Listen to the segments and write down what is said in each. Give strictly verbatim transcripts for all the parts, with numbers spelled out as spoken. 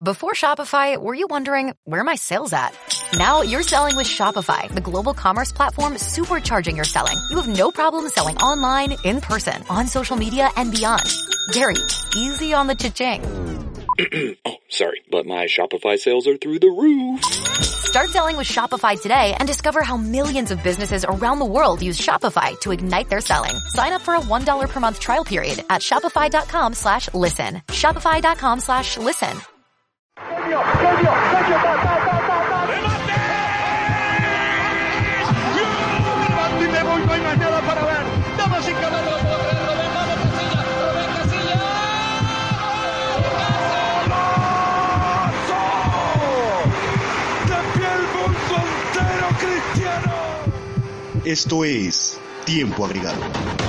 Before Shopify, were you wondering, where are my sales at? Now you're selling with Shopify, the global commerce platform supercharging your selling. You have no problem selling online, in person, on social media, and beyond. Gary, easy on the cha-ching. Oh, sorry, but my Shopify sales are through the roof. Start selling with Shopify today and discover how millions of businesses around the world use Shopify to ignite their selling. Sign up for a one dollar per month trial period at shopify.com slash listen. Shopify.com slash listen. Esto es Tiempo Agregado.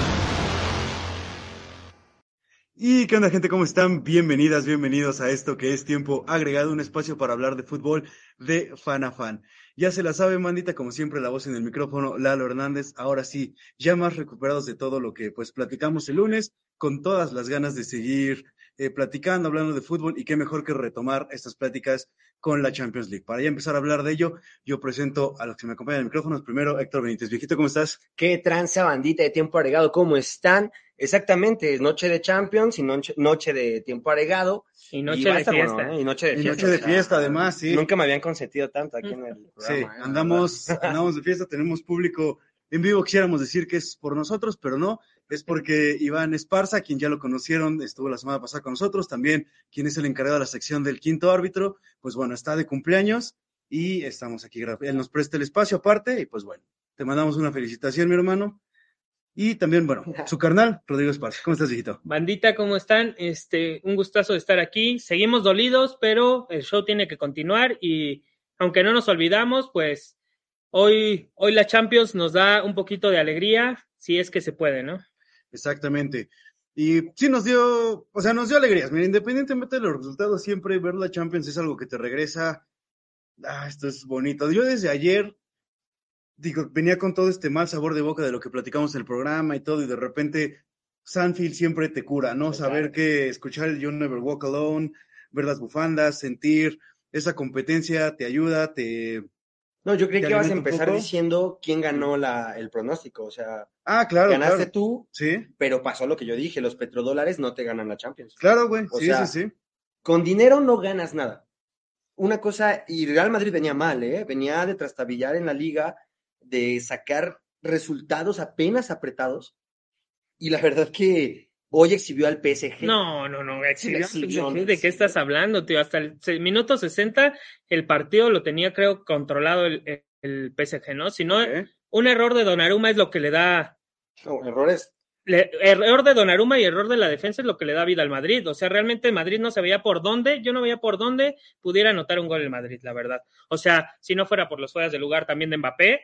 ¿Y qué onda, gente? ¿Cómo están? Bienvenidas, bienvenidos a esto que es Tiempo Agregado, un espacio para hablar de fútbol de fan a fan. Ya se la sabe, mandita, como siempre, la voz en el micrófono, Lalo Hernández. Ahora sí, ya más recuperados de todo lo que pues platicamos el lunes, con todas las ganas de seguir eh, platicando, hablando de fútbol, y qué mejor que retomar estas pláticas con la Champions League. Para ya empezar a hablar de ello, yo presento a los que me acompañan en el micrófono. Primero, Héctor Benítez. Viejito, ¿cómo estás? ¿Qué tranza, bandita de Tiempo Agregado? ¿Cómo están? Exactamente, es noche de Champions y noche, noche de Tiempo Agregado. Y noche y de fiesta. Bueno, ¿eh? Y noche de y fiesta. noche de fiesta, además, sí. Nunca me habían consentido tanto aquí en el programa. Sí, ¿eh? andamos, andamos de fiesta, tenemos público en vivo. Quisiéramos decir que es por nosotros, pero no. Es porque Iván Esparza, quien ya lo conocieron, estuvo la semana pasada con nosotros, también quien es el encargado de la sección del quinto árbitro, pues bueno, está de cumpleaños y estamos aquí, él nos presta el espacio aparte y pues bueno, te mandamos una felicitación, mi hermano. Y también, bueno, su carnal, Rodrigo Esparza. ¿Cómo estás, viejito? Bandita, ¿cómo están? Este, un gustazo de estar aquí. Seguimos dolidos, pero el show tiene que continuar y aunque no nos olvidamos, pues hoy, hoy la Champions nos da un poquito de alegría, si es que se puede, ¿no? Exactamente. Y sí nos dio, o sea, nos dio alegrías. Mira, independientemente de los resultados, siempre ver la Champions es algo que te regresa. Ah, esto es bonito. Yo desde ayer, digo, venía con todo este mal sabor de boca de lo que platicamos en el programa y todo, y de repente Sanfield siempre te cura, ¿no? Exacto. Saber que escuchar el You Never Walk Alone, ver las bufandas, sentir esa competencia te ayuda, te... No, yo creí ¿Te que ibas a alimenta un empezar poco? diciendo quién ganó la, el pronóstico. O sea, Ah, claro, ganaste claro. tú, Sí, pero pasó lo que yo dije, los petrodólares no te ganan la Champions. claro, güey. O Sí, sea, sí, sí. Con dinero no ganas nada. Una cosa, y Real Madrid venía mal, ¿eh? Venía de trastabillar en la liga, de sacar resultados apenas apretados, y la verdad que hoy exhibió al P S G. No, no, no, exhibió, exhibió, ¿de exhibió. qué estás hablando, tío? Hasta el se- minuto sesenta el partido lo tenía, creo, controlado el, el, el P S G, ¿no? Si no, Ok. un error de Donnarumma es lo que le da... No, errores. Le, error de Donnarumma y error de la defensa es lo que le da vida al Madrid. O sea, realmente el Madrid no se veía por dónde, yo no veía por dónde pudiera anotar un gol el Madrid, la verdad. O sea, si no fuera por los fueras de lugar también de Mbappé,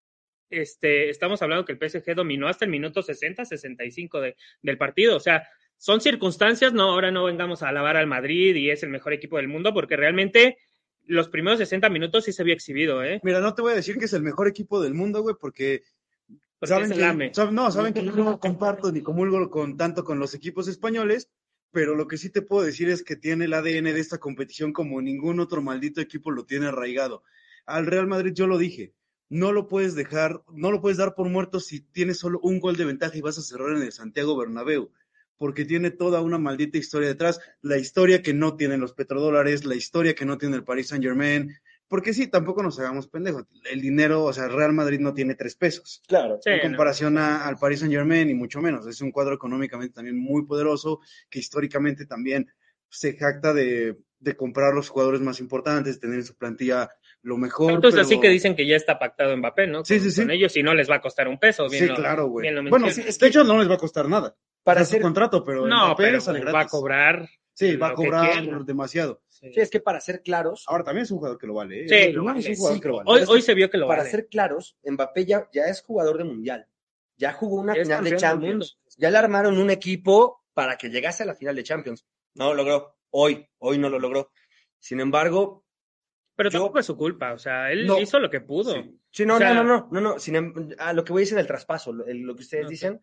este, estamos hablando que el P S G dominó hasta el minuto sesenta, sesenta y cinco de, del partido. O sea, son circunstancias, no, ahora no vengamos a alabar al Madrid y es el mejor equipo del mundo, porque realmente los primeros sesenta minutos sí se había exhibido, ¿eh? Mira, no te voy a decir que es el mejor equipo del mundo, güey, porque Porque saben es el AME. que, sab- no, saben que yo no comparto ni comulgo con tanto con los equipos españoles, pero lo que sí te puedo decir es que tiene el A D N de esta competición como ningún otro maldito equipo lo tiene arraigado. Al Real Madrid yo lo dije, no lo puedes dejar, no lo puedes dar por muerto si tienes solo un gol de ventaja y vas a cerrar en el Santiago Bernabéu, porque tiene toda una maldita historia detrás, la historia que no tienen los petrodólares, la historia que no tiene el Paris Saint-Germain, porque sí, tampoco nos hagamos pendejos, el dinero, o sea, Real Madrid no tiene tres pesos. Claro. Sí, En no. comparación a- al Paris Saint-Germain, y mucho menos. Es un cuadro económicamente también muy poderoso, que históricamente también se jacta de, de comprar los jugadores más importantes, tener en su plantilla lo mejor. Entonces pero... así que dicen que ya está pactado Mbappé, ¿no? Sí, Con, sí, sí. con ellos y no les va a costar un peso. Bien Sí, lo- claro, güey. bien lo Bueno, sí, mencionas. de hecho no les va a costar nada. Para Para su hacer- contrato, pero No, Mbappé pero sale va a gratis. cobrar. Sí, va a lo que cobrar quiera. demasiado. Sí. Sí, es que para ser claros, Ahora también es un jugador que lo vale, ¿eh? Sí, No, lo es un vale, jugador sí. que lo vale. Hoy, es hoy que se vio que lo para vale. ser claros, Mbappé ya, ya es jugador de mundial. Ya jugó una Ya es final de campeón del Champions. Ya le armaron un equipo para que llegase a la final de Champions. No lo logró. Hoy, hoy no lo logró. Sin embargo, Pero yo- tampoco es su culpa, o sea, él No. hizo lo que pudo. Sí. sí, no, O sea- no, no, no, no, no. Sin em- a lo que voy a decir del traspaso, lo, el- lo que ustedes Ok. dicen,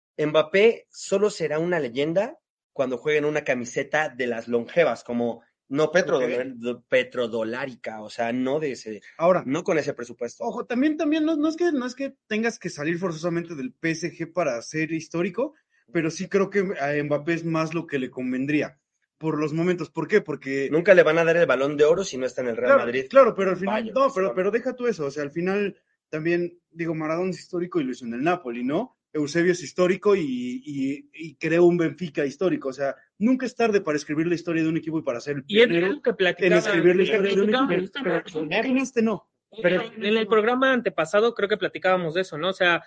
Mbappé solo será una leyenda cuando juegue en una camiseta de las longevas, como No petrodolar, petrodolárica, o sea, no de ese, Ahora, no con ese presupuesto. ojo, también, también no, no es que, no es que tengas que salir forzosamente del P S G para ser histórico, pero sí creo que a Mbappé es más lo que le convendría por los momentos. ¿Por qué? Porque Nunca le van a dar el Balón de Oro si no está en el Real claro, Madrid. claro, pero al final, Vaya, no, pero, razón. pero deja tú eso, o sea, al final también, digo, Maradona es histórico y lo hizo en el Napoli, ¿no? Eusebio es histórico y, y, y creó un Benfica histórico, o sea, nunca es tarde para escribir la historia de un equipo y para ser el Y es pionero algo que en platicaba, escribir la que historia de un platicábamos equipo, pero en este no. Pero en el programa antepasado creo que platicábamos de eso, ¿no? O sea,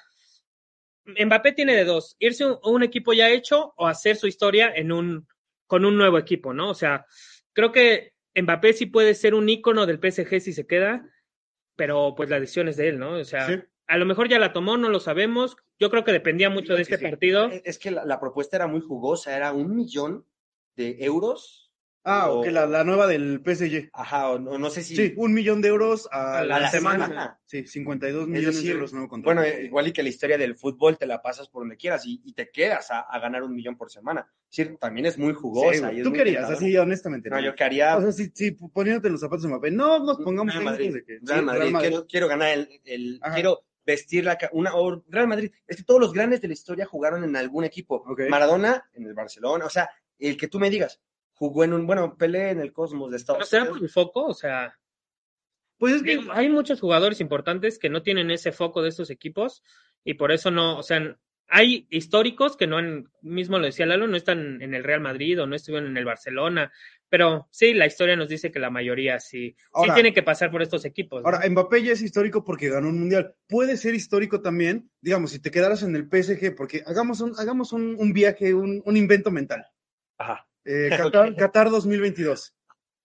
Mbappé tiene de dos, irse a un equipo ya hecho o hacer su historia en un, con un nuevo equipo, ¿no? O sea, creo que Mbappé sí puede ser un ícono del P S G si se queda, pero pues la decisión es de él, ¿no? O sea, Sí. a lo mejor ya la tomó, no lo sabemos. Yo creo que dependía mucho de este Sí. partido. Es que la, la propuesta era muy jugosa, era un millón de euros. Ah, o ok, la, la nueva del P S G. Ajá, o, o no sé si Sí, un millón de euros a, A la, la semana. semana. Sí, cincuenta y dos Es millones decir, de euros nuevo contrato. bueno, eh, igual y que la historia del fútbol te la pasas por donde quieras y, y te quedas a, a ganar un millón por semana. Es decir, también es muy Sí, jugosa. güey. y es ¿Tú muy querías? tentadora. Así, honestamente. No, yo quería O sea, sí, sí, poniéndote los zapatos de Mbappé. No nos pongamos Real técnicos Madrid. de que. Real sí, Madrid. Real Madrid. Quiero, quiero ganar el, el Ajá. quiero vestir la ca- una o Real Madrid. Es que todos los grandes de la historia jugaron en algún equipo. Ok. Maradona en el Barcelona, o sea, el que tú me digas, jugó en un, bueno, Pelé en el Cosmos de Pero Estados será Unidos. por el foco, o sea, Pues es que. digo, hay muchos jugadores importantes que no tienen ese foco de estos equipos y por eso no, o sea, hay históricos que no han, mismo lo decía Lalo, no están en el Real Madrid o no estuvieron en el Barcelona, pero sí, la historia nos dice que la mayoría sí, Ahora- sí tiene que pasar por estos equipos, ¿no? Ahora, Mbappé ya es histórico porque ganó un mundial. Puede ser histórico también, digamos, si te quedaras en el P S G, porque hagamos un, hagamos un, un viaje, un, un invento mental. Ajá. Eh, Qatar, Qatar dos mil veintidós.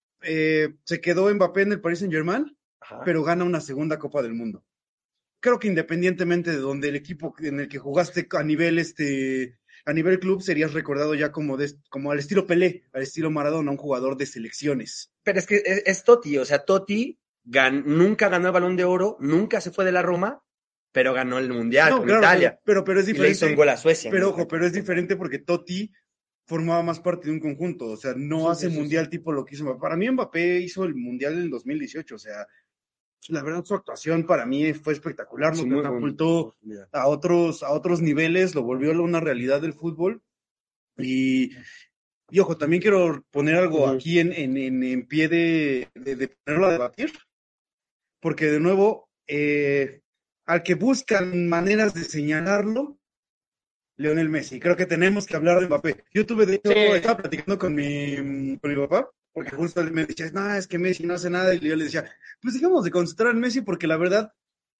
Eh, se quedó Mbappé en el Paris Saint-Germain, Ajá. pero gana una segunda Copa del Mundo. Creo que independientemente de donde el equipo en el que jugaste a nivel este a nivel club serías recordado ya como de, como al estilo Pelé, al estilo Maradona, un jugador de selecciones. Pero es que es, es Totti, o sea, Totti gan- nunca ganó el Balón de Oro, nunca se fue de la Roma, pero ganó el Mundial con claro, Italia. pero, pero, pero es Y le diferente. hizo un gol a Suecia. Pero ¿no? ojo, pero es diferente porque Totti formaba más parte de un conjunto, o sea, no Sí, hace sí, sí, mundial sí. tipo lo que hizo Mbappé. Para mí Mbappé hizo el mundial en el dos mil dieciocho, o sea, la verdad su actuación para mí fue espectacular, Sí, nos muy catapultó bueno. a otros, a otros niveles, lo volvió una realidad del fútbol. Y, y ojo, también quiero poner algo Ujú. aquí en, en, en, en pie de, de, de ponerlo a debatir, porque de nuevo, eh, al que buscan maneras de señalarlo, Lionel Messi. Creo que tenemos que hablar de Mbappé. Yo tuve, de hecho, Sí. estaba platicando con mi, con mi papá, porque justo él me decía, no, es que Messi no hace nada, y yo le decía, pues dejemos de concentrar en Messi, porque la verdad,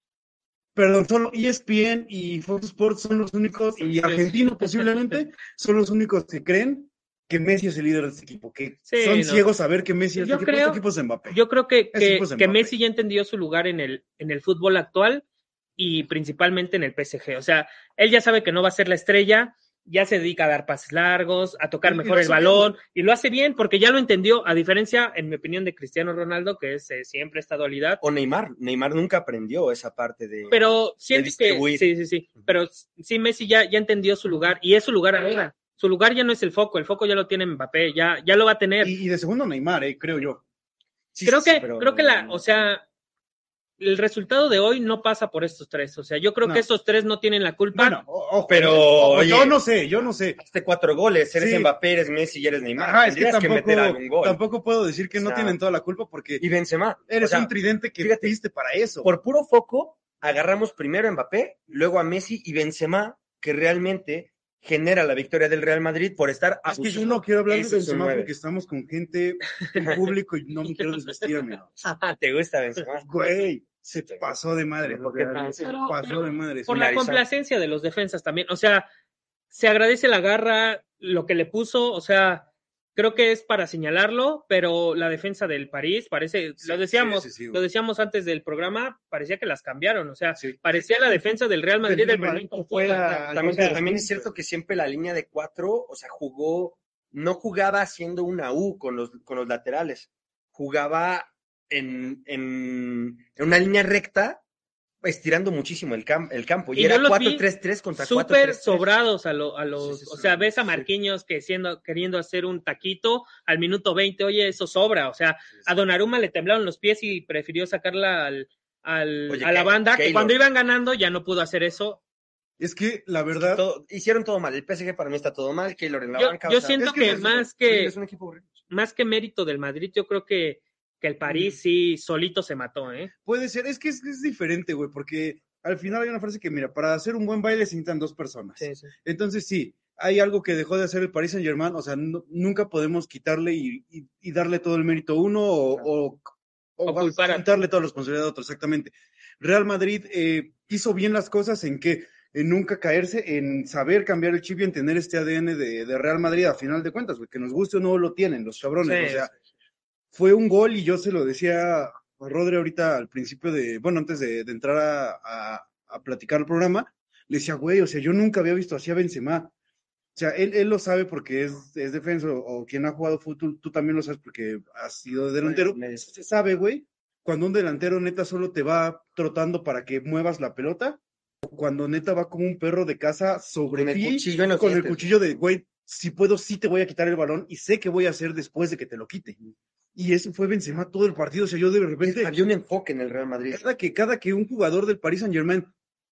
perdón, solo E S P N y Fox Sports son los únicos, y Argentino posiblemente, son los únicos que creen que Messi es el líder de este equipo, que Sí, son no. ciegos a ver que Messi es Yo este equipo, creo- este equipo es Mbappé. Yo creo que, Ese que, tipo es que Mbappé. Messi ya entendió su lugar en el, en el fútbol actual y principalmente en el P S G. O sea, él ya sabe que no va a ser la estrella, ya se dedica a dar pases largos, a tocar Y- y mejor lo el hace balón, y lo hace bien porque ya lo entendió, a diferencia, en mi opinión, de Cristiano Ronaldo, que es eh, siempre esta dualidad. O Neymar. Neymar nunca aprendió esa parte de. Pero siento que distribuir. sí, sí, sí. Pero sí, Messi ya, ya entendió su lugar y es su lugar ahora. Su lugar ya no es el foco, el foco ya lo tiene Mbappé, ya, ya lo va a tener. Y, y de segundo Neymar, eh, creo yo. Sí, creo sí, que, pero- creo que la, o sea, el resultado de hoy no pasa por estos tres. O sea, yo creo No. que estos tres no tienen la culpa. Bueno, o- ojo, Pero, ojo, oye, yo no sé, yo no sé. Hazte cuatro goles, eres Sí. Mbappé, eres Messi y eres Neymar. Ajá, es que Tendrías tampoco, meter algún gol. tampoco puedo decir que O no sea, tienen toda la culpa porque Y Benzema. eres O sea, un tridente que fíjate, fuiste para eso. por puro foco, agarramos primero a Mbappé, luego a Messi y Benzema, que realmente genera la victoria del Real Madrid por estar a Es que yo no quiero hablar de Ese es un Benzema nueve. porque estamos con gente en público y no me quiero desvestir, amigo. ¿Te gusta Benzema? Güey, se pasó de madre. ¿Por qué o sea, tan- se Pero- pasó pero de madre. Por sí. la Narizón. complacencia de los defensas también. O sea, se agradece la garra, lo que le puso, o sea, creo que es para señalarlo, pero la defensa del París parece, Sí, lo decíamos, sí, sí, sí, güey. lo decíamos antes del programa, parecía que las cambiaron, o sea, Sí. parecía la defensa del Real Madrid del Benito París. fue a- También, o sea, también es cierto que siempre la línea de cuatro, o sea, jugó, no jugaba haciendo una U con los, con los laterales, jugaba en, en, en una línea recta estirando muchísimo el, cam- el campo. Y, Y era yo los cuatro vi tres tres contra cuatro súper tres tres. sobrados a, lo- a los, Sí, sí, sí, o sea, ves a sí. Marquinhos que siendo, queriendo hacer un taquito al minuto veinte, oye, eso sobra, o sea, a Donnarumma le temblaron los pies y prefirió sacarla al, al- Oye, a la Ke- banda, que Keylor. cuando iban ganando ya no pudo hacer eso. Es que la Es que verdad, todo- hicieron todo mal. El P S G para mí está todo mal. Keylor en la Yo, banca. yo o sea, siento es que que, es eso, más horrible, que es un equipo horrible. más que mérito del Madrid, yo creo que, que el París sí solito se mató, ¿eh? puede ser, es que es, es diferente, güey, porque al final hay una frase que, mira, para hacer un buen baile se necesitan dos personas. Sí, sí. Entonces, sí, hay algo que dejó de hacer el Paris Saint-Germain, o sea, no- nunca podemos quitarle y, y- y darle todo el mérito a uno o, o, O culpar a- quitarle toda la responsabilidad a otro, exactamente. Real Madrid eh, hizo bien las cosas en que en nunca caerse, en saber cambiar el chip y en tener este A D N de, de Real Madrid a final de cuentas, güey, que nos guste o no lo tienen los cabrones, Sí, o sea, sí. fue un gol y yo se lo decía a Rodri ahorita al principio de, bueno, antes de, de entrar a, a- a platicar el programa, le decía, güey, o sea, yo nunca había visto así a Benzema. O sea, él, él lo sabe porque es, es defensa o, o quien ha jugado fútbol, tú también lo sabes porque has sido delantero. Me- me- Se sabe, güey, cuando un delantero neta solo te va trotando para que muevas la pelota, o cuando neta va como un perro de casa sobre Con el ti, cuchillo en los con el dientes. cuchillo de, güey, si puedo, sí te voy a quitar el balón y sé qué voy a hacer después de que te lo quite. Y eso fue Benzema todo el partido. O sea, yo de repente, Había un enfoque en el Real Madrid. cada que, cada que un jugador del Paris Saint Germain,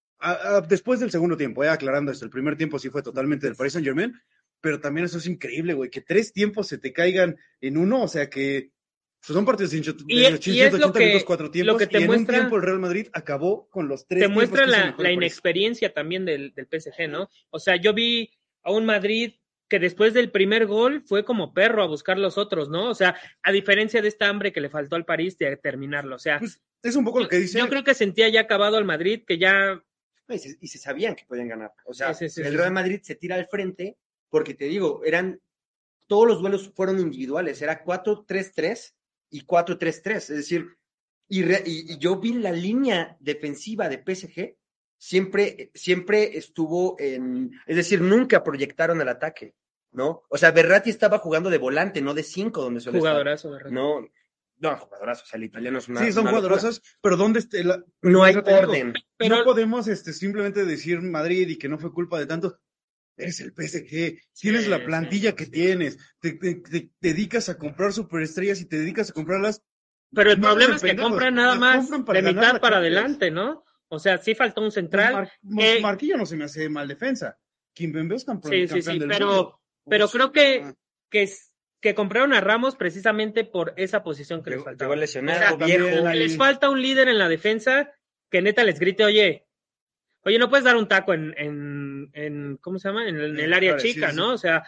después del segundo tiempo, eh, aclarando esto, el primer tiempo sí fue totalmente del Paris Saint Germain, pero también eso es increíble, güey, que tres tiempos se te caigan en uno, o sea que pues, son partidos de Y es- y es lo ciento ochenta que- minutos, cuatro tiempos, lo que te y en muestra- un tiempo el Real Madrid acabó con los tres Te tiempos muestra que hizo la, mejor la el París. inexperiencia también del, del P S G, ¿no? O sea, yo vi a un Madrid que después del primer gol fue como perro a buscar los otros, ¿no? O sea, a diferencia de esta hambre que le faltó al París de terminarlo. O sea, Pues, es un poco lo que dice. yo creo que sentía ya acabado al Madrid, que ya Y se, y se sabían que podían ganar. O sea, Sí, sí, sí, el sí, Real sí. Madrid se tira al frente porque te digo, eran todos los duelos fueron individuales, era cuatro tres tres y cuatro tres tres, es decir, y, re- y- y yo vi la línea defensiva de P S G siempre siempre estuvo en, es decir, nunca proyectaron el ataque, ¿no? O sea, Verratti estaba jugando de volante, no de cinco donde suele estar. jugadorazo, ¿verdad? No, no, jugadorazo, o sea, el italiano es una Sí, son una locura. jugadorosas, pero ¿dónde está la- No hay Eso te digo, orden. Pero- no podemos este, simplemente decir Madrid y que no fue culpa de tanto. Eres el P S G, tienes Sí, la sí, plantilla sí, que sí. tienes, te, te- te dedicas a comprar superestrellas y te dedicas a comprarlas. Pero el No problema hacen es que pendejos, compran nada las más compran para de ganar mitad la para Champions. adelante, ¿no? O sea, sí faltó un central. Mar- que- Marquillo no se me hace mal defensa. Kimpembe es campeón, Sí, sí, campeón sí, del pero, mundo. pero Uf, creo que, ah. que, es- que compraron a Ramos precisamente por esa posición que les Llegó, faltaba. llegó lesionado, O sea, viejo. también hay- Les falta un líder en la defensa que neta les grite, oye, oye, no puedes dar un taco en, en, en ¿cómo se llama? En, el- en el área Claro, sí, chica, sí. ¿no? O sea,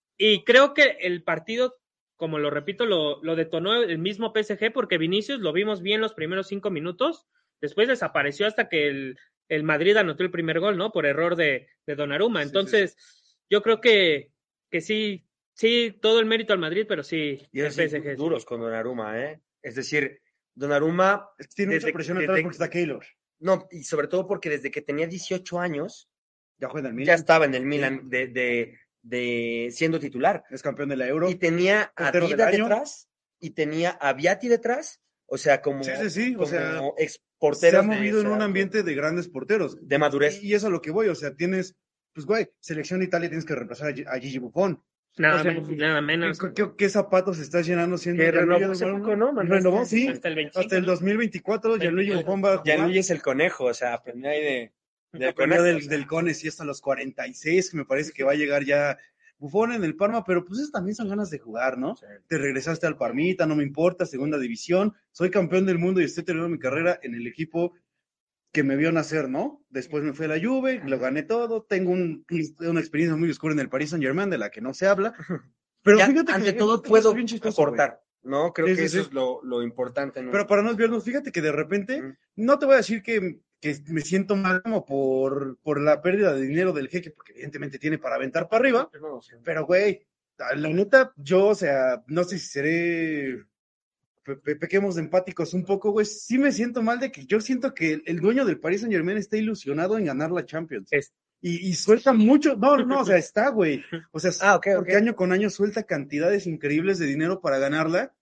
y creo que el partido, como lo repito, lo, lo detonó el mismo P S G porque Vinicius lo vimos bien los primeros cinco minutos, después desapareció hasta que el, el Madrid anotó el primer gol, ¿no? Por error de, de Donnarumma. Sí, sí, Entonces, yo creo que, que sí, sí, todo el mérito al Madrid, pero sí, Y el eran P S G. sí. duros con Donnarumma, ¿eh? Es decir, Donnarumma, Es que tiene desde mucha presión que- atrás desde- porque está Keylor. no, y sobre todo porque desde que tenía dieciocho años, Ya juega en el ya Milan, estaba en el Milan de, de, de siendo titular. es campeón de la Euro. Y tenía a portero del Dida año. detrás, y tenía a Viatti detrás, o sea, como, Sí, sí, sí, o como sea, ex Se porteros ha movido de, en o un sea, ambiente de grandes porteros. de madurez. Y, y es a lo que voy, o sea, tienes, pues güey, selección de Italia tienes que reemplazar a, Gi- a Gigi Buffon. Nada, O sea, menos, nada menos. ¿Qué, qué- qué zapatos estás llenando siendo Que Gianluigi renovó hace Buffon? poco, ¿no? Mandaste- Renovó, sí, Hasta el veinticinco. hasta el dos mil veinticuatro Gianluigi veinticuatro. Buffon va a Ya jugar. Luis es el conejo, o sea, aprendió ahí de, del Aprendió conejo. del, del Cone, sí, hasta los cuarenta y seis, que me parece que va a llegar ya Buffon en el Parma, pero pues eso también son ganas de jugar, ¿no? Sí. Te regresaste al Parmita, no me importa, segunda división, soy campeón del mundo y estoy terminando mi carrera en el equipo que me vio nacer, ¿no? Después me fui a la Juve, lo gané todo, tengo un- una experiencia muy oscura en el Paris Saint Germain de la que no se habla, pero Ya, fíjate ante que todo es puedo bien chistoso, güey. aportar, ¿no? Creo Sí, que sí, eso sí. es lo, lo importante. ¿no? Pero para no desviarnos, fíjate que de repente, Mm. no te voy a decir que, que me siento mal como por, por la pérdida de dinero del jeque, porque evidentemente tiene para aventar para arriba, No, sí. pero güey, la neta, yo, o sea, no sé si seré, pe- pe- pequemos de empáticos un poco, güey, sí me siento mal de que yo siento que el, el dueño del Paris Saint Germain está ilusionado en ganar la Champions. Es- Y, y suelta mucho, no, no, no, o sea, está, güey. O sea, Ah, ok, porque ok. año con año suelta cantidades increíbles de dinero para ganarla.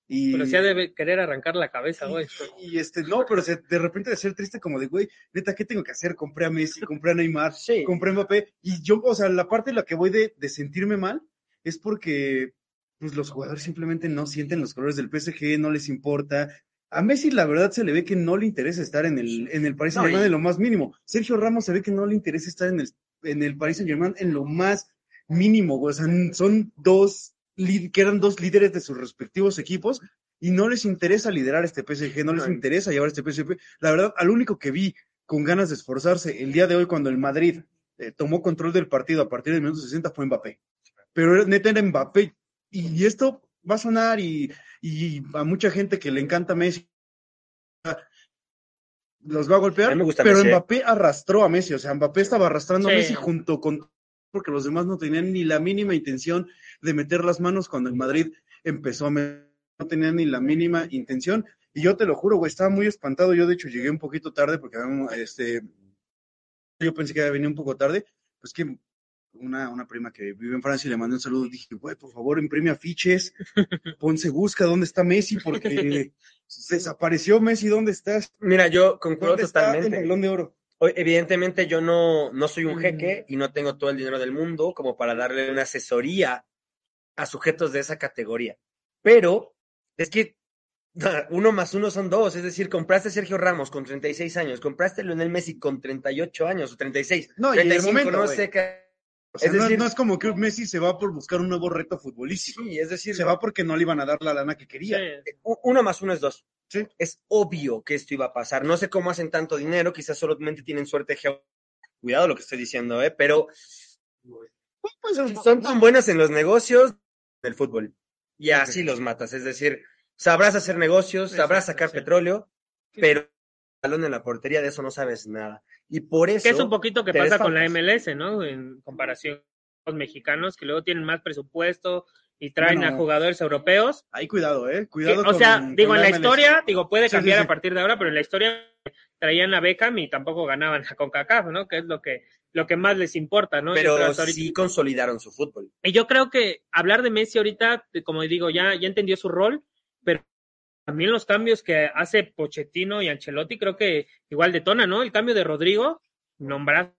Y, Pero sí ha de querer arrancar la cabeza, güey. y, y, este, no, pero se, de repente de ser triste como de, güey, neta, ¿qué tengo que hacer? Compré a Messi, compré a Neymar, Sí. compré a Mbappé, y yo, o sea, la parte en la que voy de, de sentirme mal es porque, pues, los jugadores simplemente no sienten los colores del P S G, no les importa. A Messi, la verdad, se le ve que no le interesa estar en el, en el Paris No, Saint-Germain y- en lo más mínimo. Sergio Ramos se ve que no le interesa estar en el, en el Paris Saint-Germain en lo más mínimo, güey. O sea, son dos, li- que eran dos líderes de sus respectivos equipos, y no les interesa liderar este P S G, no les No. interesa llevar este P S G. La verdad, al único que vi con ganas de esforzarse el día de hoy cuando el Madrid eh, tomó control del partido a partir del minuto sesenta fue Mbappé. Pero era- neta era Mbappé. Y, y esto va a sonar y, y a mucha gente que le encanta Messi los va a golpear, A mí me gusta pero Messi, ¿eh? Mbappé arrastró a Messi, o sea, Mbappé estaba arrastrando Sí. a Messi junto con, porque los demás no tenían ni la mínima intención de meter las manos cuando el Madrid empezó a meter, no tenían ni la mínima intención, y yo te lo juro, güey, estaba muy espantado, yo de hecho llegué un poquito tarde, porque este, yo pensé que venía un poco tarde, pues que una, una prima que vive en Francia y le mandé un saludo, dije, güey, por favor, imprime afiches, ponse busca dónde está Messi, porque desapareció Messi, ¿dónde estás? Mira, yo concuerdo ¿Dónde está el totalmente. Balón de Oro? Hoy, evidentemente yo no, no soy un jeque y no tengo todo el dinero del mundo como para darle una asesoría a sujetos de esa categoría. Pero es que uno más uno son dos, es decir, compraste a Sergio Ramos con treinta y seis años, compraste a Lionel Messi con treinta y ocho años o treinta y seis, No, y en el treinta y cinco, momento, no güey. sé qué. O sea, Es no, decir- no es como que Messi se va por buscar un nuevo reto futbolístico. Sí, es decir, Se va porque no le iban a dar la lana que quería. Sí. u- uno más uno es dos. Sí. Es obvio que esto iba a pasar. No sé cómo hacen tanto dinero, quizás solamente tienen suerte geo. Cuidado lo que estoy diciendo, ¿eh? Pero pues, son, son tan buenos en los negocios del fútbol. Y así los matas. Es decir, sabrás hacer negocios, sabrás Exacto, sacar sí. petróleo, pero el balón en la portería de eso no sabes nada. Y por eso... Que es un poquito que te pasa con la desfalcas. M L S, ¿no? En comparación con los mexicanos, que luego tienen más presupuesto y traen Bueno. a jugadores europeos. Ahí cuidado, eh. Que, Cuidado o con, sea, con digo, en la M L S. historia, digo, puede Sí, cambiar sí, sí. a partir de ahora, pero en la historia traían a Beckham y tampoco ganaban a CONCACAF, ¿no? Que es lo que, lo que más les importa, ¿no? Yo creo Pero hasta ahorita. sí consolidaron su fútbol. Y yo creo que hablar de Messi ahorita, como digo, ya, ya entendió su rol, pero también los cambios que hace Pochettino y Ancelotti creo que igual detona, ¿no? El cambio de Rodrigo, nombrar,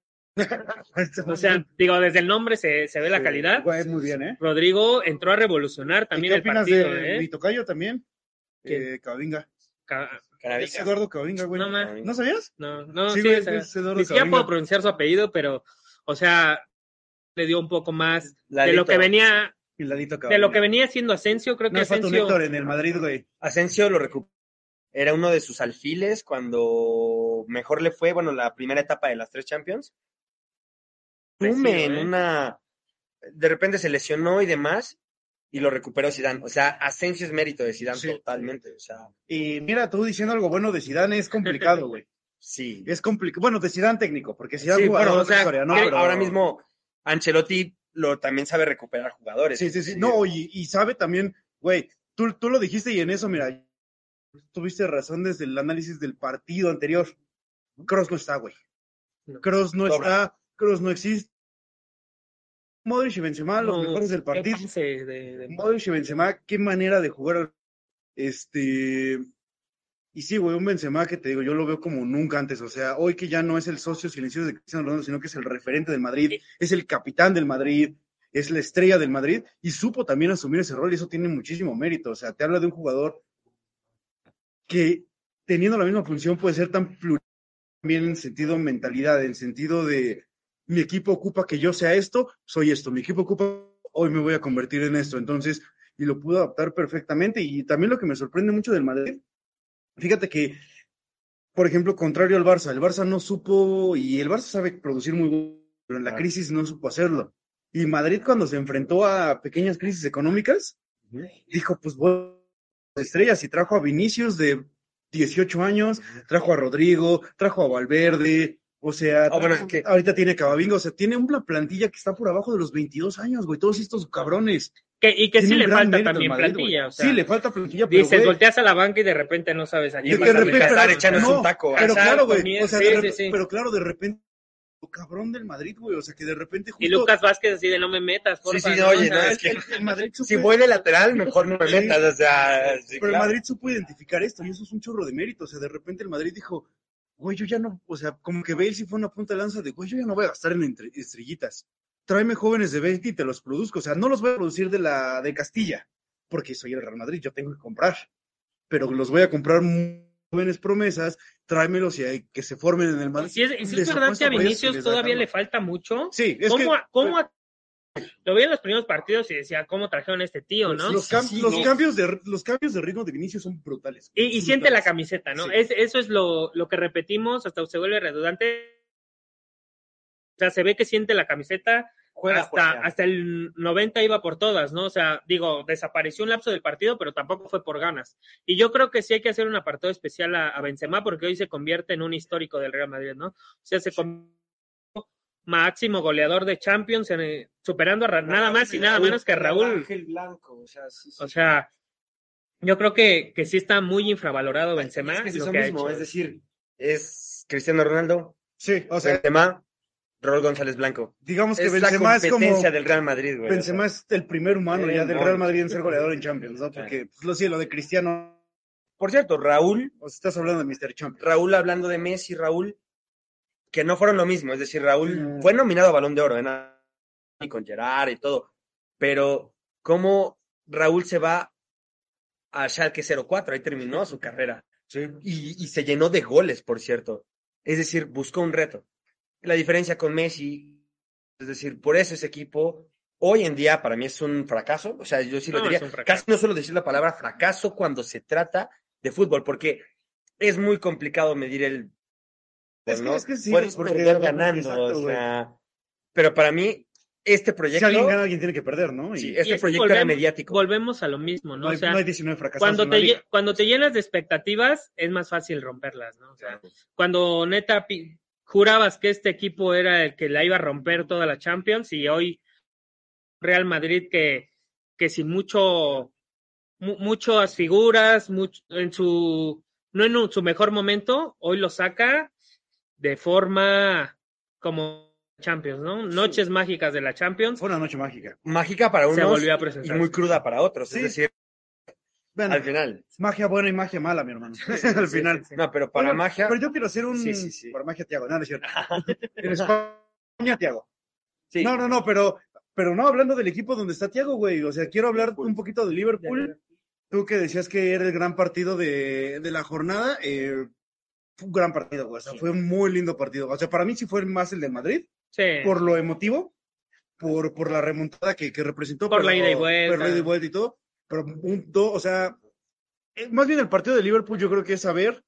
o sea, digo, desde el nombre se, se ve la Sí, calidad. güey, muy bien, ¿eh? Rodrigo entró a revolucionar ¿Y también qué el opinas partido, de ¿eh? mi tocayo también? ¿Quién? Eh, Cavavinga. Ca- Carabica. Es Eduardo Cavavinga, güey. No, man. ¿No sabías? No, no, Sí, sí, güey, o sea, es Eduardo ni siquiera Cavavinga. puedo pronunciar su apellido, pero, o sea, le dio un poco más de Lalito. lo que venía, Y Ladito de Cavavinga. lo que venía haciendo Asensio, creo que No, falta un Asensio, Héctor en el Madrid, güey. Asensio lo recuperó. Era uno de sus alfiles cuando mejor le fue, bueno, la primera etapa de las tres Champions. Tume Crecido, en ¿eh? una... De repente se lesionó y demás, y lo recuperó Zidane. O sea, Asensio es mérito de Zidane Sí. totalmente. O sea, Y mira, tú diciendo algo bueno de Zidane es complicado, güey. sí. Es complicado. Bueno, de Zidane técnico, porque Zidane Sí, jugador bueno, o otra sea, historia, ¿no? que Pero- ahora mismo Ancelotti lo, también sabe recuperar jugadores. Sí, sí, sí. No, y, y sabe también, güey, tú, tú lo dijiste y en eso, mira, tuviste razón desde el análisis del partido anterior. Kroos no está, güey. No. Kroos no Sobra. está, Kroos no existe. Modric y Benzema, los no, mejores del qué partido. pase de- de- Modric y Benzema, qué manera de jugar. Este... Y sí, güey, un Benzema que te digo, yo lo veo como nunca antes. O sea, hoy que ya no es el socio silencioso de Cristiano Ronaldo, sino que es el referente del Madrid, es el capitán del Madrid, es la estrella del Madrid, y supo también asumir ese rol, y eso tiene muchísimo mérito. O sea, te habla de un jugador que, teniendo la misma función, puede ser tan plural también en sentido mentalidad, en sentido de mi equipo ocupa que yo sea esto, soy esto, mi equipo ocupa, hoy me voy a convertir en esto. Entonces, y lo pudo adaptar perfectamente. Y también lo que me sorprende mucho del Madrid, fíjate que, por ejemplo, contrario al Barça, el Barça no supo, y el Barça sabe producir muy bien, pero en la Claro. crisis no supo hacerlo. Y Madrid, cuando se enfrentó a pequeñas crisis económicas, dijo, pues voy a estrellas, y trajo a Vinicius de dieciocho años, trajo a Rodrigo, trajo a Valverde, o sea, Ah, bueno, trajo- es que- ahorita tiene Cavavinga, o sea, tiene una plantilla que está por abajo de los veintidós años, güey, todos estos cabrones. que, y que sí Tiene un le gran falta mérito el también Madrid, plantilla, güey. o sea, Sí, le falta plantilla, pero, dices, güey, volteas a la banca y de repente no sabes a de, quién de vas a repente, meter. Casar pero- echándose no, un taco. pero Casar claro, güey, también, o sea, sí, de sí, repente, sí. pero claro, de repente cabrón del Madrid, güey, o sea, que de repente justo... Y Lucas Vázquez así de no me metas, porfa. Sí, sí, ¿no? oye, O sea, no, es que el, el Madrid supo, si voy de lateral, mejor no me Sí. metas, o sea, sí, pero el claro. Madrid supo identificar esto y eso es un chorro de mérito, o sea, de repente el Madrid dijo, güey, yo ya no, o sea, como que Bale sí fue una punta de lanza de, güey, yo ya no voy a gastar en entre- estrellitas, tráeme jóvenes de veinte y te los produzco, o sea, no los voy a producir de la de Castilla, porque soy el Real Madrid, yo tengo que comprar, pero los voy a comprar muy jóvenes promesas, tráemelos y hay- que se formen en el Madrid. Si es, y si es Les verdad apuesto que a por ellos y Vinicius les da todavía calma. le falta mucho. Sí, es ¿Cómo, que a- cómo a- lo vi en los primeros partidos y decía, ¿cómo trajeron a este tío, no? los, cam- sí, los no. cambios de los cambios de ritmo de Vinicius son brutales. Y, y siente la Brutales. camiseta, ¿no? Sí. Es, eso es lo, lo que repetimos, hasta se vuelve redundante. O sea, se ve que siente la camiseta, Juega por hasta, allá. hasta el noventa iba por todas, ¿no? O sea, digo, desapareció un lapso del partido, pero tampoco fue por ganas. Y yo creo que sí hay que hacer un apartado especial a, a Benzema, porque hoy se convierte en un histórico del Real Madrid, ¿no? O sea, se convierte máximo goleador de Champions, en, eh, superando a Ra- nada más y nada menos que a Raúl. Ángel Blanco, o sea, sí, sí. O sea, yo creo que, que sí está muy infravalorado Benzema. es que es lo eso que ha mismo, hecho. es decir, es Cristiano Ronaldo, Sí, o sea, Benzema, Raúl González Blanco. digamos que Es la Benzema es como competencia del Real Madrid, güey. Benzema o sea. es el primer humano Eh, ya del no. Real Madrid en ser goleador en Champions, ¿no? Porque pues, lo sí, lo de Cristiano, Por cierto, Raúl, o sea, estás hablando de míster Champions. Raúl hablando de Messi, Raúl, que no fueron lo mismo, es decir, Raúl Mm. fue nominado a Balón de Oro, ¿eh? Y con Gerard y todo, pero cómo Raúl se va a Schalke cero cuatro, ahí terminó su carrera, Sí. y, y se llenó de goles, por cierto, es decir, buscó un reto. La diferencia con Messi, es decir, por eso ese equipo hoy en día para mí es un fracaso, o sea, yo sí lo No, diría, es un fracaso. casi no suelo decir la palabra fracaso cuando se trata de fútbol, porque es muy complicado medir el... Es que- ¿no? es que sí, Puedes porque- perder ganando, exacto, o güey. sea, pero para mí este Si proyecto, alguien gana, alguien tiene que perder, ¿no? Y sí, Y este es que proyecto era volvemos- mediático. Volvemos a lo mismo, ¿no? no, hay, o sea, no hay diecinueve fracasados cuando en la te, liga. lle- cuando te llenas de expectativas, es más fácil romperlas, ¿no? O sea, cuando neta pi- jurabas que este equipo era el que la iba a romper toda la Champions y hoy Real Madrid que, que sin mucho, mu- muchas figuras, much- en su, no en un- su mejor momento, hoy lo saca de forma como Champions, ¿no? Noches mágicas de la Champions. Fue una noche mágica. Mágica para Se unos volvió a y presentar. muy cruda para otros, Sí. es decir, Vean, al final. magia buena y magia mala, mi hermano. Al Sí, final. sí, sí. No, pero para Oigan, magia, Pero yo quiero hacer un... Sí, sí, sí. Para magia, Tiago. No, no es cierto. En España, Tiago. sí. No, no, no, pero, pero no, hablando del equipo donde está Tiago, güey. O sea, quiero hablar un poquito de Liverpool. Tú que decías que era el gran partido de, de la jornada, eh, fue un gran partido, güey. O sea, Sí. fue un muy lindo partido. O sea, para mí sí fue más el de Madrid, Sí. por lo emotivo, por, por la remontada que, que representó. Por pero- la ida y vuelta. Por la ida y vuelta y todo. Pero un, do- o sea, eh, más bien el partido de Liverpool yo creo que es saber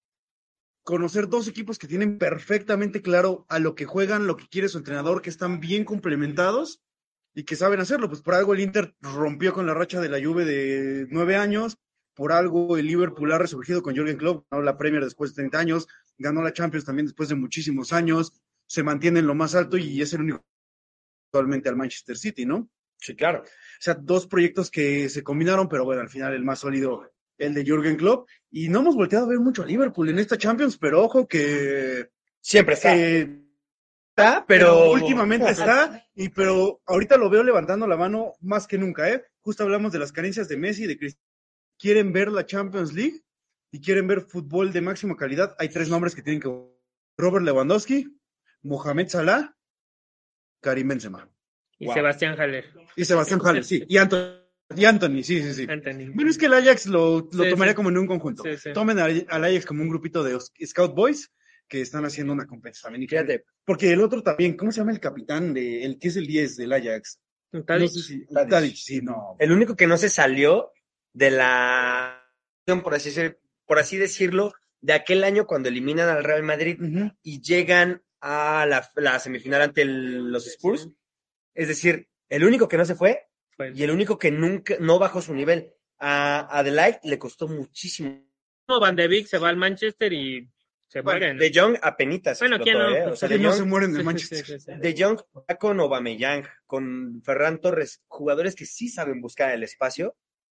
conocer dos equipos que tienen perfectamente claro a lo que juegan, lo que quiere su entrenador, que están bien complementados y que saben hacerlo. Pues por algo el Inter rompió con la racha de la Juve de nueve años, por algo el Liverpool ha resurgido con Jürgen Klopp, ganó la Premier después de treinta años, ganó la Champions también después de muchísimos años, se mantiene en lo más alto y es el único actualmente al Manchester City, ¿no? Sí, claro. O sea, dos proyectos que se combinaron, pero bueno, al final el más sólido, el de Jürgen Klopp. Y no hemos volteado a ver mucho a Liverpool en esta Champions, pero ojo que... Siempre está. eh, Está, pero pero últimamente está, y pero ahorita lo veo levantando la mano más que nunca, ¿eh? Justo hablamos de las carencias de Messi y de Cristiano. Quieren ver la Champions League y quieren ver fútbol de máxima calidad. Hay tres nombres que tienen que... Robert Lewandowski, Mohamed Salah, Karim Benzema. Y Wow. Sebastián Haller. Y Sebastián Haller, sí. Y Anthony, y Anthony sí, sí, sí. Anthony. Bueno, es que el Ajax lo, lo Sí, tomaría sí. como en un conjunto. Sí, sí. Tomen al, al Ajax como un grupito de os- Scout Boys que están haciendo una competencia también. fíjate, Porque el otro también, ¿cómo se llama el capitán? De, el que es el diez del Ajax. Tadic. No sé si, Tadic. Tadic, sí, no. el único que no se salió de la, por así, decir- por así decirlo, de aquel año cuando eliminan al Real Madrid Ujú. y llegan a la, la semifinal ante el- los Spurs. Es decir, el único que no se fue Fue- y el único que nunca no bajó su nivel. A Adelaide le costó muchísimo. No, Van de Beek se va al Manchester y se Bueno, mueren. De Jong apenitas Bueno, ¿quién explotó, no? ¿eh? O sea, Que De no Jong, se mueren de Sí, Manchester. sí, sí, sí. De Jong va con Aubameyang, con Ferran Torres, jugadores que sí saben buscar el espacio.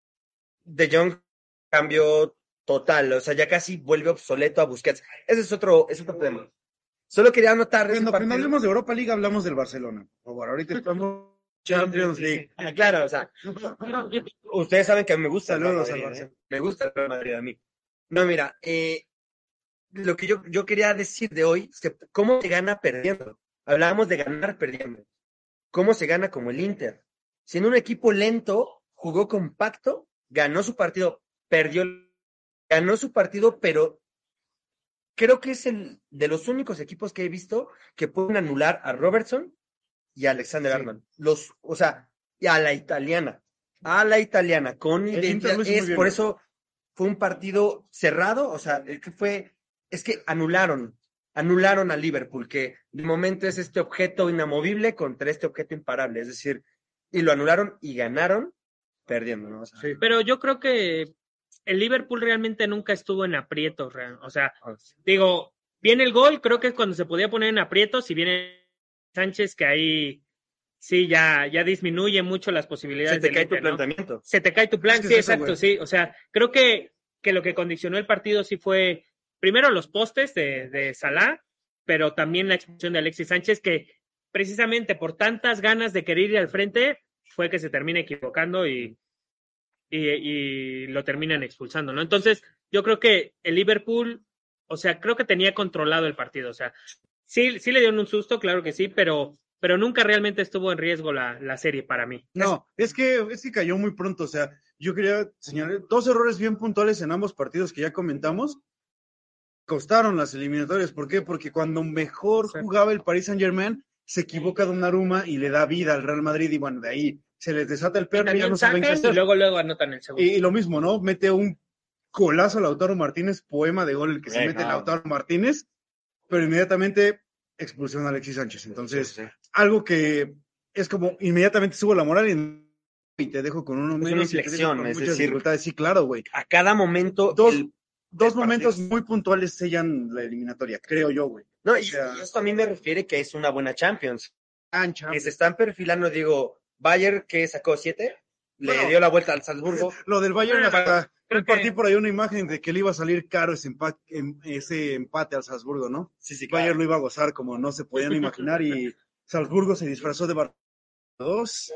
De Jong cambió total, o sea, ya casi vuelve obsoleto a Busquets. Ese es otro, es otro tema. Solo quería anotar ese Cuando, partido. cuando hablemos de Europa League, hablamos del Barcelona. Por favor, ahorita estamos Champions League. Ah, claro, o sea, ustedes saben que a mí me gusta el Real Saludos Madrid, al ¿eh? Barça. Me gusta el Real Madrid a mí. No, mira, eh, lo que yo, yo quería decir de hoy es que cómo se gana perdiendo. Hablábamos de ganar perdiendo. ¿Cómo se gana como el Inter? Siendo un equipo lento, jugó compacto, ganó su partido, perdió, ganó su partido, pero creo que es el de los únicos equipos que he visto que pueden anular a Robertson y a Alexander Sí. Arnold. Los, o sea, y a la italiana, a la italiana, con El identidad. Inter lo hizo muy Es bien, por ¿no? eso fue un partido cerrado, o sea, el que fue, es que anularon, anularon a Liverpool, que de momento es este objeto inamovible contra este objeto imparable, es decir, y lo anularon y ganaron perdiendo, ¿no? O sea, Sí. Pero yo creo que el Liverpool realmente nunca estuvo en aprietos, real- o sea, ah, digo, viene el gol, creo que es cuando se podía poner en aprietos, y viene Sánchez, que ahí sí ya, ya disminuye mucho las posibilidades se te del cae tu Inter, ¿no? planteamiento. Se te cae tu plan, Es que sí, es eso, exacto, güey. sí, o sea, creo que, que lo que condicionó el partido sí fue, primero los postes de, de Salah, pero también la expulsión de Alexis Sánchez, que precisamente por tantas ganas de querer ir al frente, fue que se termina equivocando y, y, y lo terminan expulsando, ¿no? Entonces, yo creo que el Liverpool, o sea, creo que tenía controlado el partido, o sea, sí, sí le dieron un susto, claro que sí, pero, pero nunca realmente estuvo en riesgo la, la serie para mí. No, es que, es que cayó muy pronto. O sea, yo quería señalar dos errores bien puntuales en ambos partidos que ya comentamos. Costaron las eliminatorias. ¿Por qué? Porque cuando mejor Sí. jugaba el Paris Saint-Germain, se equivoca Donnarumma y le da vida al Real Madrid. Y bueno, de ahí se les desata el perro y ya También no saben qué sacan hacer. y luego, luego anotan el segundo. Y, y lo mismo, ¿no? Mete un golazo a Lautaro Martínez, poema de gol el que se Eh, mete no. Lautaro Martínez, pero inmediatamente expulsión a Alexis Sánchez. Entonces, Sí, sí. algo que es como inmediatamente subo la moral y, y te dejo con uno una menos. y te dejo inflexión, con es muchas decir, dificultades. Sí, claro, güey. A cada momento. Dos, el- dos el momentos partido. muy puntuales sellan la eliminatoria, creo yo, güey. No, O y, sea, y esto a mí me refiere que es una buena Champions. ancha. Que se están perfilando, digo, Bayern que sacó siete, le Bueno. dio la vuelta al Salzburgo. Lo del Bayern, Ah, hasta creo compartí que- por ahí una imagen de que le iba a salir caro ese empate, ese empate al Salzburgo, ¿no? Sí, sí, Bayern claro. lo iba a gozar como no se podían imaginar y Salzburgo se disfrazó de Barcelona dos.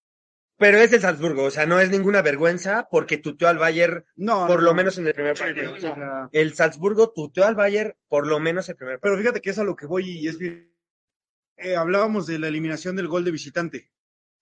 Pero es el Salzburgo, o sea, no es ninguna vergüenza porque tuteó al Bayern No, por no, lo no. menos en el primer partido. O sea, El Salzburgo tuteó al Bayern por lo menos el primer partido. pero fíjate que es a lo que voy y es bien. Eh, hablábamos de la eliminación del gol de visitante.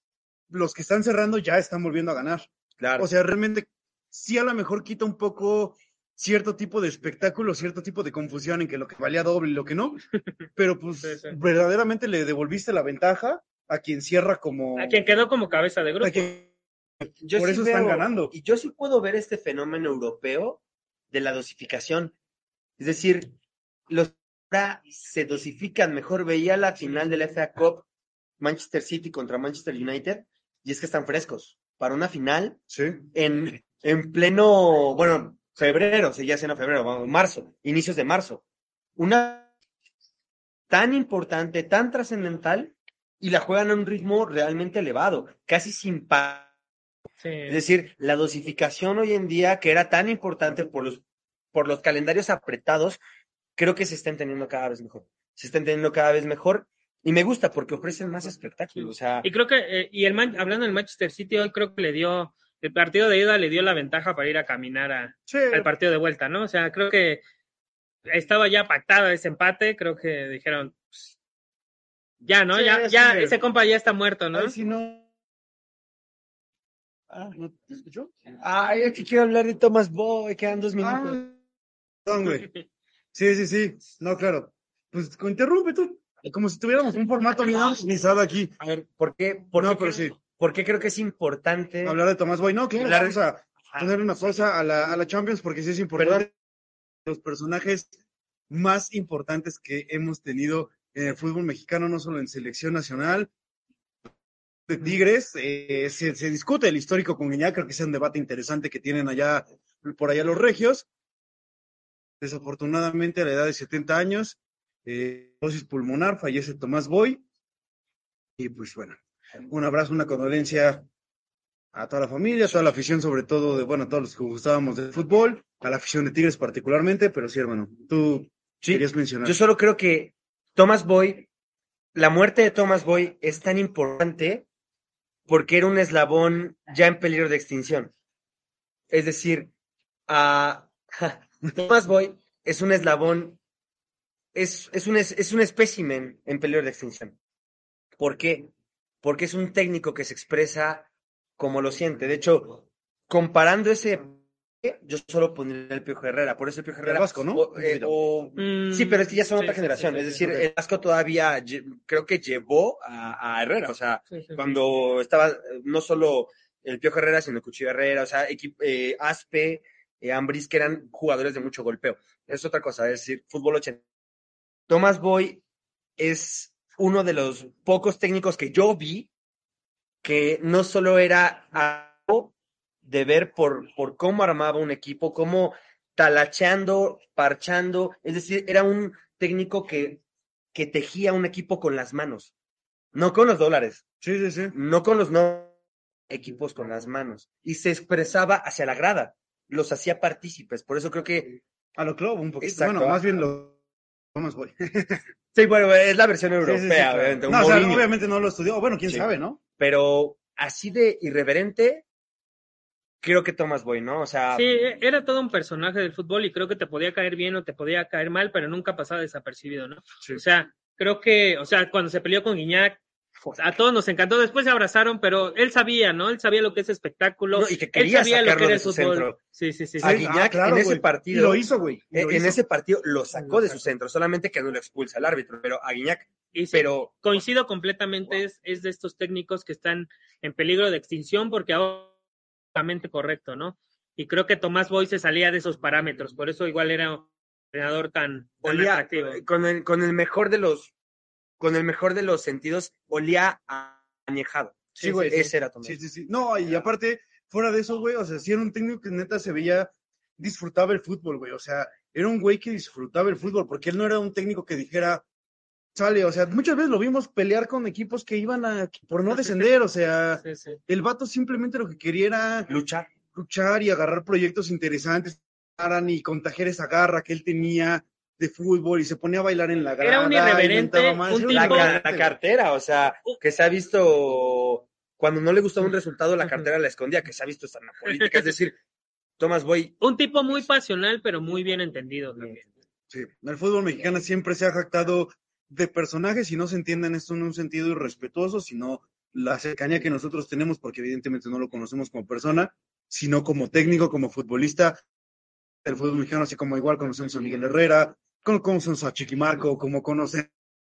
Los que están cerrando ya están volviendo a ganar. Claro. O sea, realmente sí a lo mejor quita un poco cierto tipo de espectáculo, cierto tipo de confusión en que lo que valía doble y lo que no, pero pues Sí, sí. verdaderamente le devolviste la ventaja a quien cierra como... A quien quedó como cabeza de grupo. a quien- Yo por sí eso están ganando. Y yo sí puedo ver este fenómeno europeo de la dosificación. Es decir, los ahora se dosifican mejor. Veía la final de la F A Cup, Manchester City contra Manchester United, y es que están frescos. Para una final, Sí. en, en pleno, bueno, febrero, seguía siendo febrero, vamos, marzo, inicios de marzo. Una tan importante, tan trascendental, y la juegan a un ritmo realmente elevado, casi sin pa. Sí. Es decir, la dosificación hoy en día, que era tan importante por los, por los calendarios apretados, creo que se está entendiendo cada vez mejor. Se está entendiendo cada vez mejor, y me gusta porque ofrecen más espectáculo. O sea, Y creo que, eh, y el Man- hablando del Manchester City, hoy creo que le dio, el partido de ida le dio la ventaja para ir a caminar a, Sí. al partido de vuelta, ¿no? O sea, creo que estaba ya pactado ese empate, creo que dijeron, pues, ya, ¿no? Sí, ya, es ya, que- ese compa ya está muerto, ¿no? Ay, si no... Ah, ¿no te escuchó? ay, es que quiero hablar de Thomas Boy, quedan dos minutos. Ah, perdón, güey. Sí, sí, sí. No, claro. Pues interrumpe tú. Como si tuviéramos un formato bien organizado aquí. A ver, ¿por qué? Por No, qué pero creo- sí. ¿Por qué creo que es importante? Hablar de Tomás Boy. No, claro, Hablar- vamos a Ajá. poner una pausa a la, a la Champions porque sí es importante. Los personajes más importantes que hemos tenido en el fútbol mexicano, no solo en selección nacional, de Tigres, eh, se, se discute el histórico con Guiñac, creo que es un debate interesante que tienen allá, por allá los regios. Desafortunadamente a la edad de setenta años, eh, dosis pulmonar, fallece Tomás Boy. Y pues bueno, un abrazo, una condolencia a toda la familia, a toda la afición, sobre todo, de, bueno, a todos los que gustábamos del fútbol, a la afición de Tigres particularmente, pero sí, hermano, tú Sí, querías mencionar. Yo solo creo que Thomas Boy, la muerte de Thomas Boy es tan importante porque era un eslabón ya en peligro de extinción. Es decir, uh, Thomas Boy es un eslabón, es, es, un, es un espécimen en peligro de extinción. ¿Por qué? Porque es un técnico que se expresa como lo siente. De hecho, comparando ese, yo solo pondría el Piojo Herrera. Por eso el Piojo Herrera. El Vasco, ¿no? O, eh, o, Mm, sí, pero es que ya son sí, otra sí, generación. sí, sí, es sí, decir, sí. el Vasco todavía lle- creo que llevó a, a Herrera. O sea, Sí, sí, sí. cuando estaba eh, no solo el Piojo Herrera, sino el Cuchillo Herrera, o sea, equi- eh, Aspe, eh, Ambriz, que eran jugadores de mucho golpeo. Es otra cosa, es decir, fútbol ochenta. Thomas Boy es uno de los pocos técnicos que yo vi que no solo era algo de ver por, por cómo armaba un equipo, cómo talacheando, parchando, es decir, era un técnico que, que tejía un equipo con las manos, no con los dólares, Sí, sí, sí. no con los no equipos con las manos, y se expresaba hacia la grada, los hacía partícipes, por eso creo que A lo club, un poquito. Exacto. Bueno, más bien lo Thomas Boy. sí, bueno, es la versión Sí, sí, europea, sí, claro. obviamente, un No, o sea, Mourinho. obviamente no lo estudió. Bueno, quién Sí. sabe, ¿no? Pero así de irreverente, creo que Thomas Boy, ¿no? O sea, Sí, era todo un personaje del fútbol y creo que te podía caer bien o te podía caer mal, pero nunca pasaba desapercibido, ¿no? Sí. O sea, creo que, o sea, cuando se peleó con Guiñac, a todos nos encantó, después se abrazaron, pero él sabía, ¿no? Él sabía lo que es espectáculo, no, y que él quería sabía lo que sacarlo era de el su fútbol. centro. Sí, sí, sí. A sí. Guiñac Ah, en ese güey. partido- Y lo hizo, güey. y Eh, lo en hizo. ese partido lo sacó de su Exacto. centro, solamente que no lo expulsa el árbitro, pero a Guiñac, Y sí, pero coincido completamente, es, es de estos técnicos que están en peligro de extinción porque ahora es totalmente correcto, ¿no? Y creo que Tomás Boy se salía de esos parámetros, por eso igual era un entrenador tan, tan olía atractivo. con el, con el mejor de los, con el mejor de los sentidos, olía a añejado. Sí, güey. Ese era Tomás. Sí, sí, sí. No, y aparte, fuera de eso, güey, o sea, sí era un técnico que neta se veía, disfrutaba el fútbol, güey. O sea, era un güey que disfrutaba el fútbol, porque él no era un técnico que dijera, sale, o sea, muchas veces lo vimos pelear con equipos que iban a, por no descender, o sea, Sí, sí. el vato simplemente lo que quería era Luchar. luchar y agarrar proyectos interesantes, y contagiar esa garra que él tenía de fútbol y se ponía a bailar en la grada. Era un irreverente, inventaba más, un era La, tipo- ca- irreverente, la güey. cartera, o sea, que se ha visto cuando no le gustaba un resultado, la cartera la escondía, que se ha visto hasta en la política. Es decir, Thomas Boy, Un tipo muy pasional, pero muy bien entendido también. Sí, el fútbol mexicano siempre se ha jactado de personajes y no se entienden esto en un sentido irrespetuoso, sino la cercanía que nosotros tenemos, porque evidentemente no lo conocemos como persona, sino como técnico, como futbolista. El fútbol mexicano, así como igual conocemos a Miguel Herrera, como conocemos a Chiquimarco, como conocen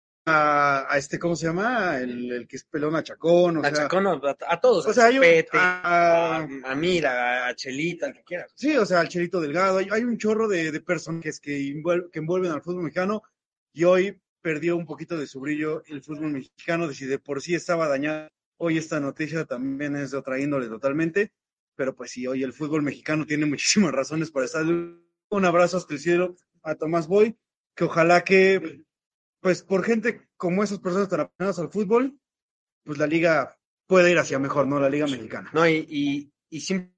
a, a este, ¿cómo se llama? El, el que es pelón a Chacón, o a sea, Chacón, a, a todos, o sea, hay a un- Pete, a- a, a Mira, a Chelita, al que quieras. Sí, o sea, al Chelito Delgado, hay, hay un chorro de, de personajes que, envuel- que envuelven al fútbol mexicano y hoy perdió un poquito de su brillo el fútbol mexicano, de si de por sí estaba dañado, hoy esta noticia también es de otra índole totalmente, pero pues sí, hoy el fútbol mexicano tiene muchísimas razones para estar. Un abrazo hasta el cielo a Tomás Boy, que ojalá que, pues por gente como esas personas tan apegadas al fútbol, pues la liga pueda ir hacia mejor, ¿no? La liga mexicana. No, y, y, y sim-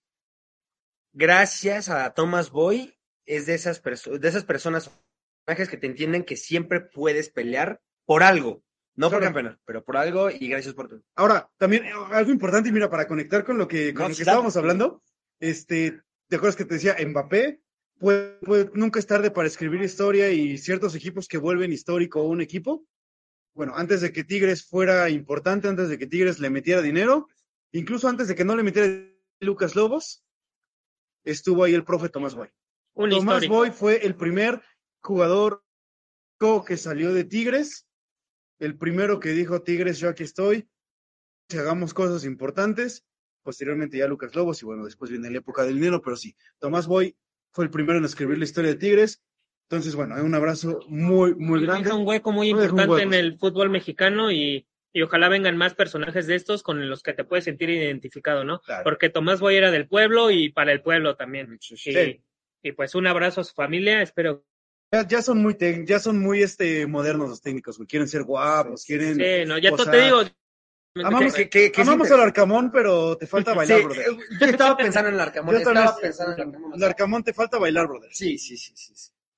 gracias a Thomas Boy, es de esas, perso- de esas personas personajes que te entienden que siempre puedes pelear por algo, no por Claro. campeonar, pero por algo, y gracias por todo. Ahora, también eh, algo importante, y mira, para conectar con lo que, con No, lo sí, que dale. estábamos hablando, este, ¿te acuerdas que te decía Mbappé? Puede, puede- nunca es tarde para escribir historia y ciertos equipos que vuelven histórico un equipo. Bueno, antes de que Tigres fuera importante, antes de que Tigres le metiera dinero, incluso antes de que no le metiera Lucas Lobos, estuvo ahí el profe Tomás Boy. Un Tomás histórico. Boy fue el primer jugador que salió de Tigres, el primero que dijo Tigres, yo aquí estoy, si hagamos cosas importantes. Posteriormente ya Lucas Lobos, y bueno, después viene la época del dinero, pero sí, Tomás Boy fue el primero en escribir la historia de Tigres. Entonces, bueno, un abrazo muy, muy grande. Deja un hueco muy Deja un importante hueco, en sí. el fútbol mexicano y, y ojalá vengan más personajes de estos con los que te puedes sentir identificado, ¿no? Claro. Porque Tomás Boy era del pueblo y para el pueblo también. Sí, Y, sí. y pues un abrazo a su familia, espero. Ya, ya son muy, tec- ya son muy este, modernos los técnicos, güey. Quieren ser guapos, quieren... Sí, no, ya o to- sea, te digo. Amamos, que- que- que amamos siempre- al Arcamón, pero te falta bailar, Sí, brother. eh, yo estaba pensando en el Arcamón, Yo también- estaba pensando en el Arcamón. o El sea, Arcamón te falta bailar, brother. Sí, sí, sí, sí, sí.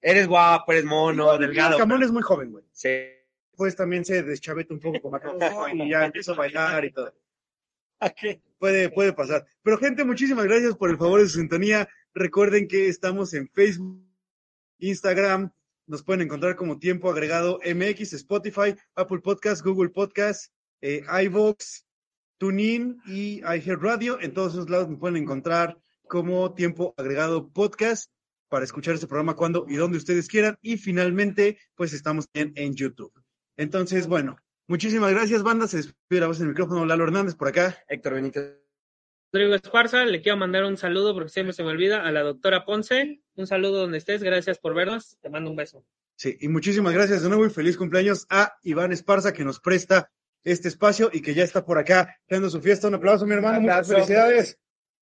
Eres guapo, eres mono, delgado. Camón es muy joven, güey. Sí. Pues también se deschaveta un poco como todo y ya empieza a bailar y todo. Okay. Puede, puede pasar. Pero gente, muchísimas gracias por el favor de su sintonía. Recuerden que estamos en Facebook, Instagram, nos pueden encontrar como Tiempo Agregado M X, Spotify, Apple Podcast, Google Podcast, eh, iVoox, TuneIn y iHeartRadio. En todos esos lados me pueden encontrar como Tiempo Agregado Podcast para escuchar este programa cuando y donde ustedes quieran. Y finalmente, pues estamos en, en YouTube. Entonces, bueno, muchísimas gracias, banda. Se despide la voz en el micrófono, Lalo Hernández por acá. Héctor Benítez. Rodrigo Esparza, le quiero mandar un saludo porque siempre se me olvida, a la doctora Ponce. Un saludo donde estés, gracias por vernos. Te mando un beso. Sí, y muchísimas gracias de nuevo y feliz cumpleaños a Iván Esparza que nos presta este espacio y que ya está por acá dando su fiesta. Un aplauso, mi hermano. Muchas felicidades.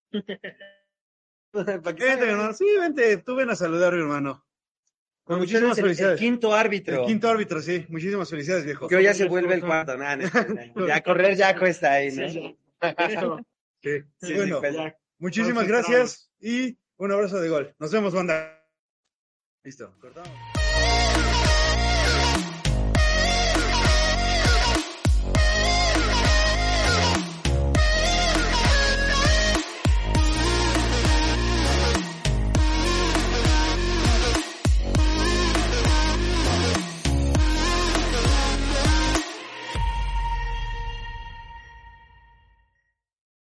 Vente, mi hermano. Sí, vente, tú ven a saludar, mi hermano. Con muchísimas el, felicidades. El quinto árbitro. El quinto árbitro, sí. Muchísimas felicidades, viejo. Que hoy ya se vuelve el cuarto. Nah, nah, nah. Ya correr ya cuesta ahí, ¿no? Sí. Sí. Sí, Bueno, sí, pues, muchísimas gracias y un abrazo de gol. Nos vemos, banda. Listo, cortamos.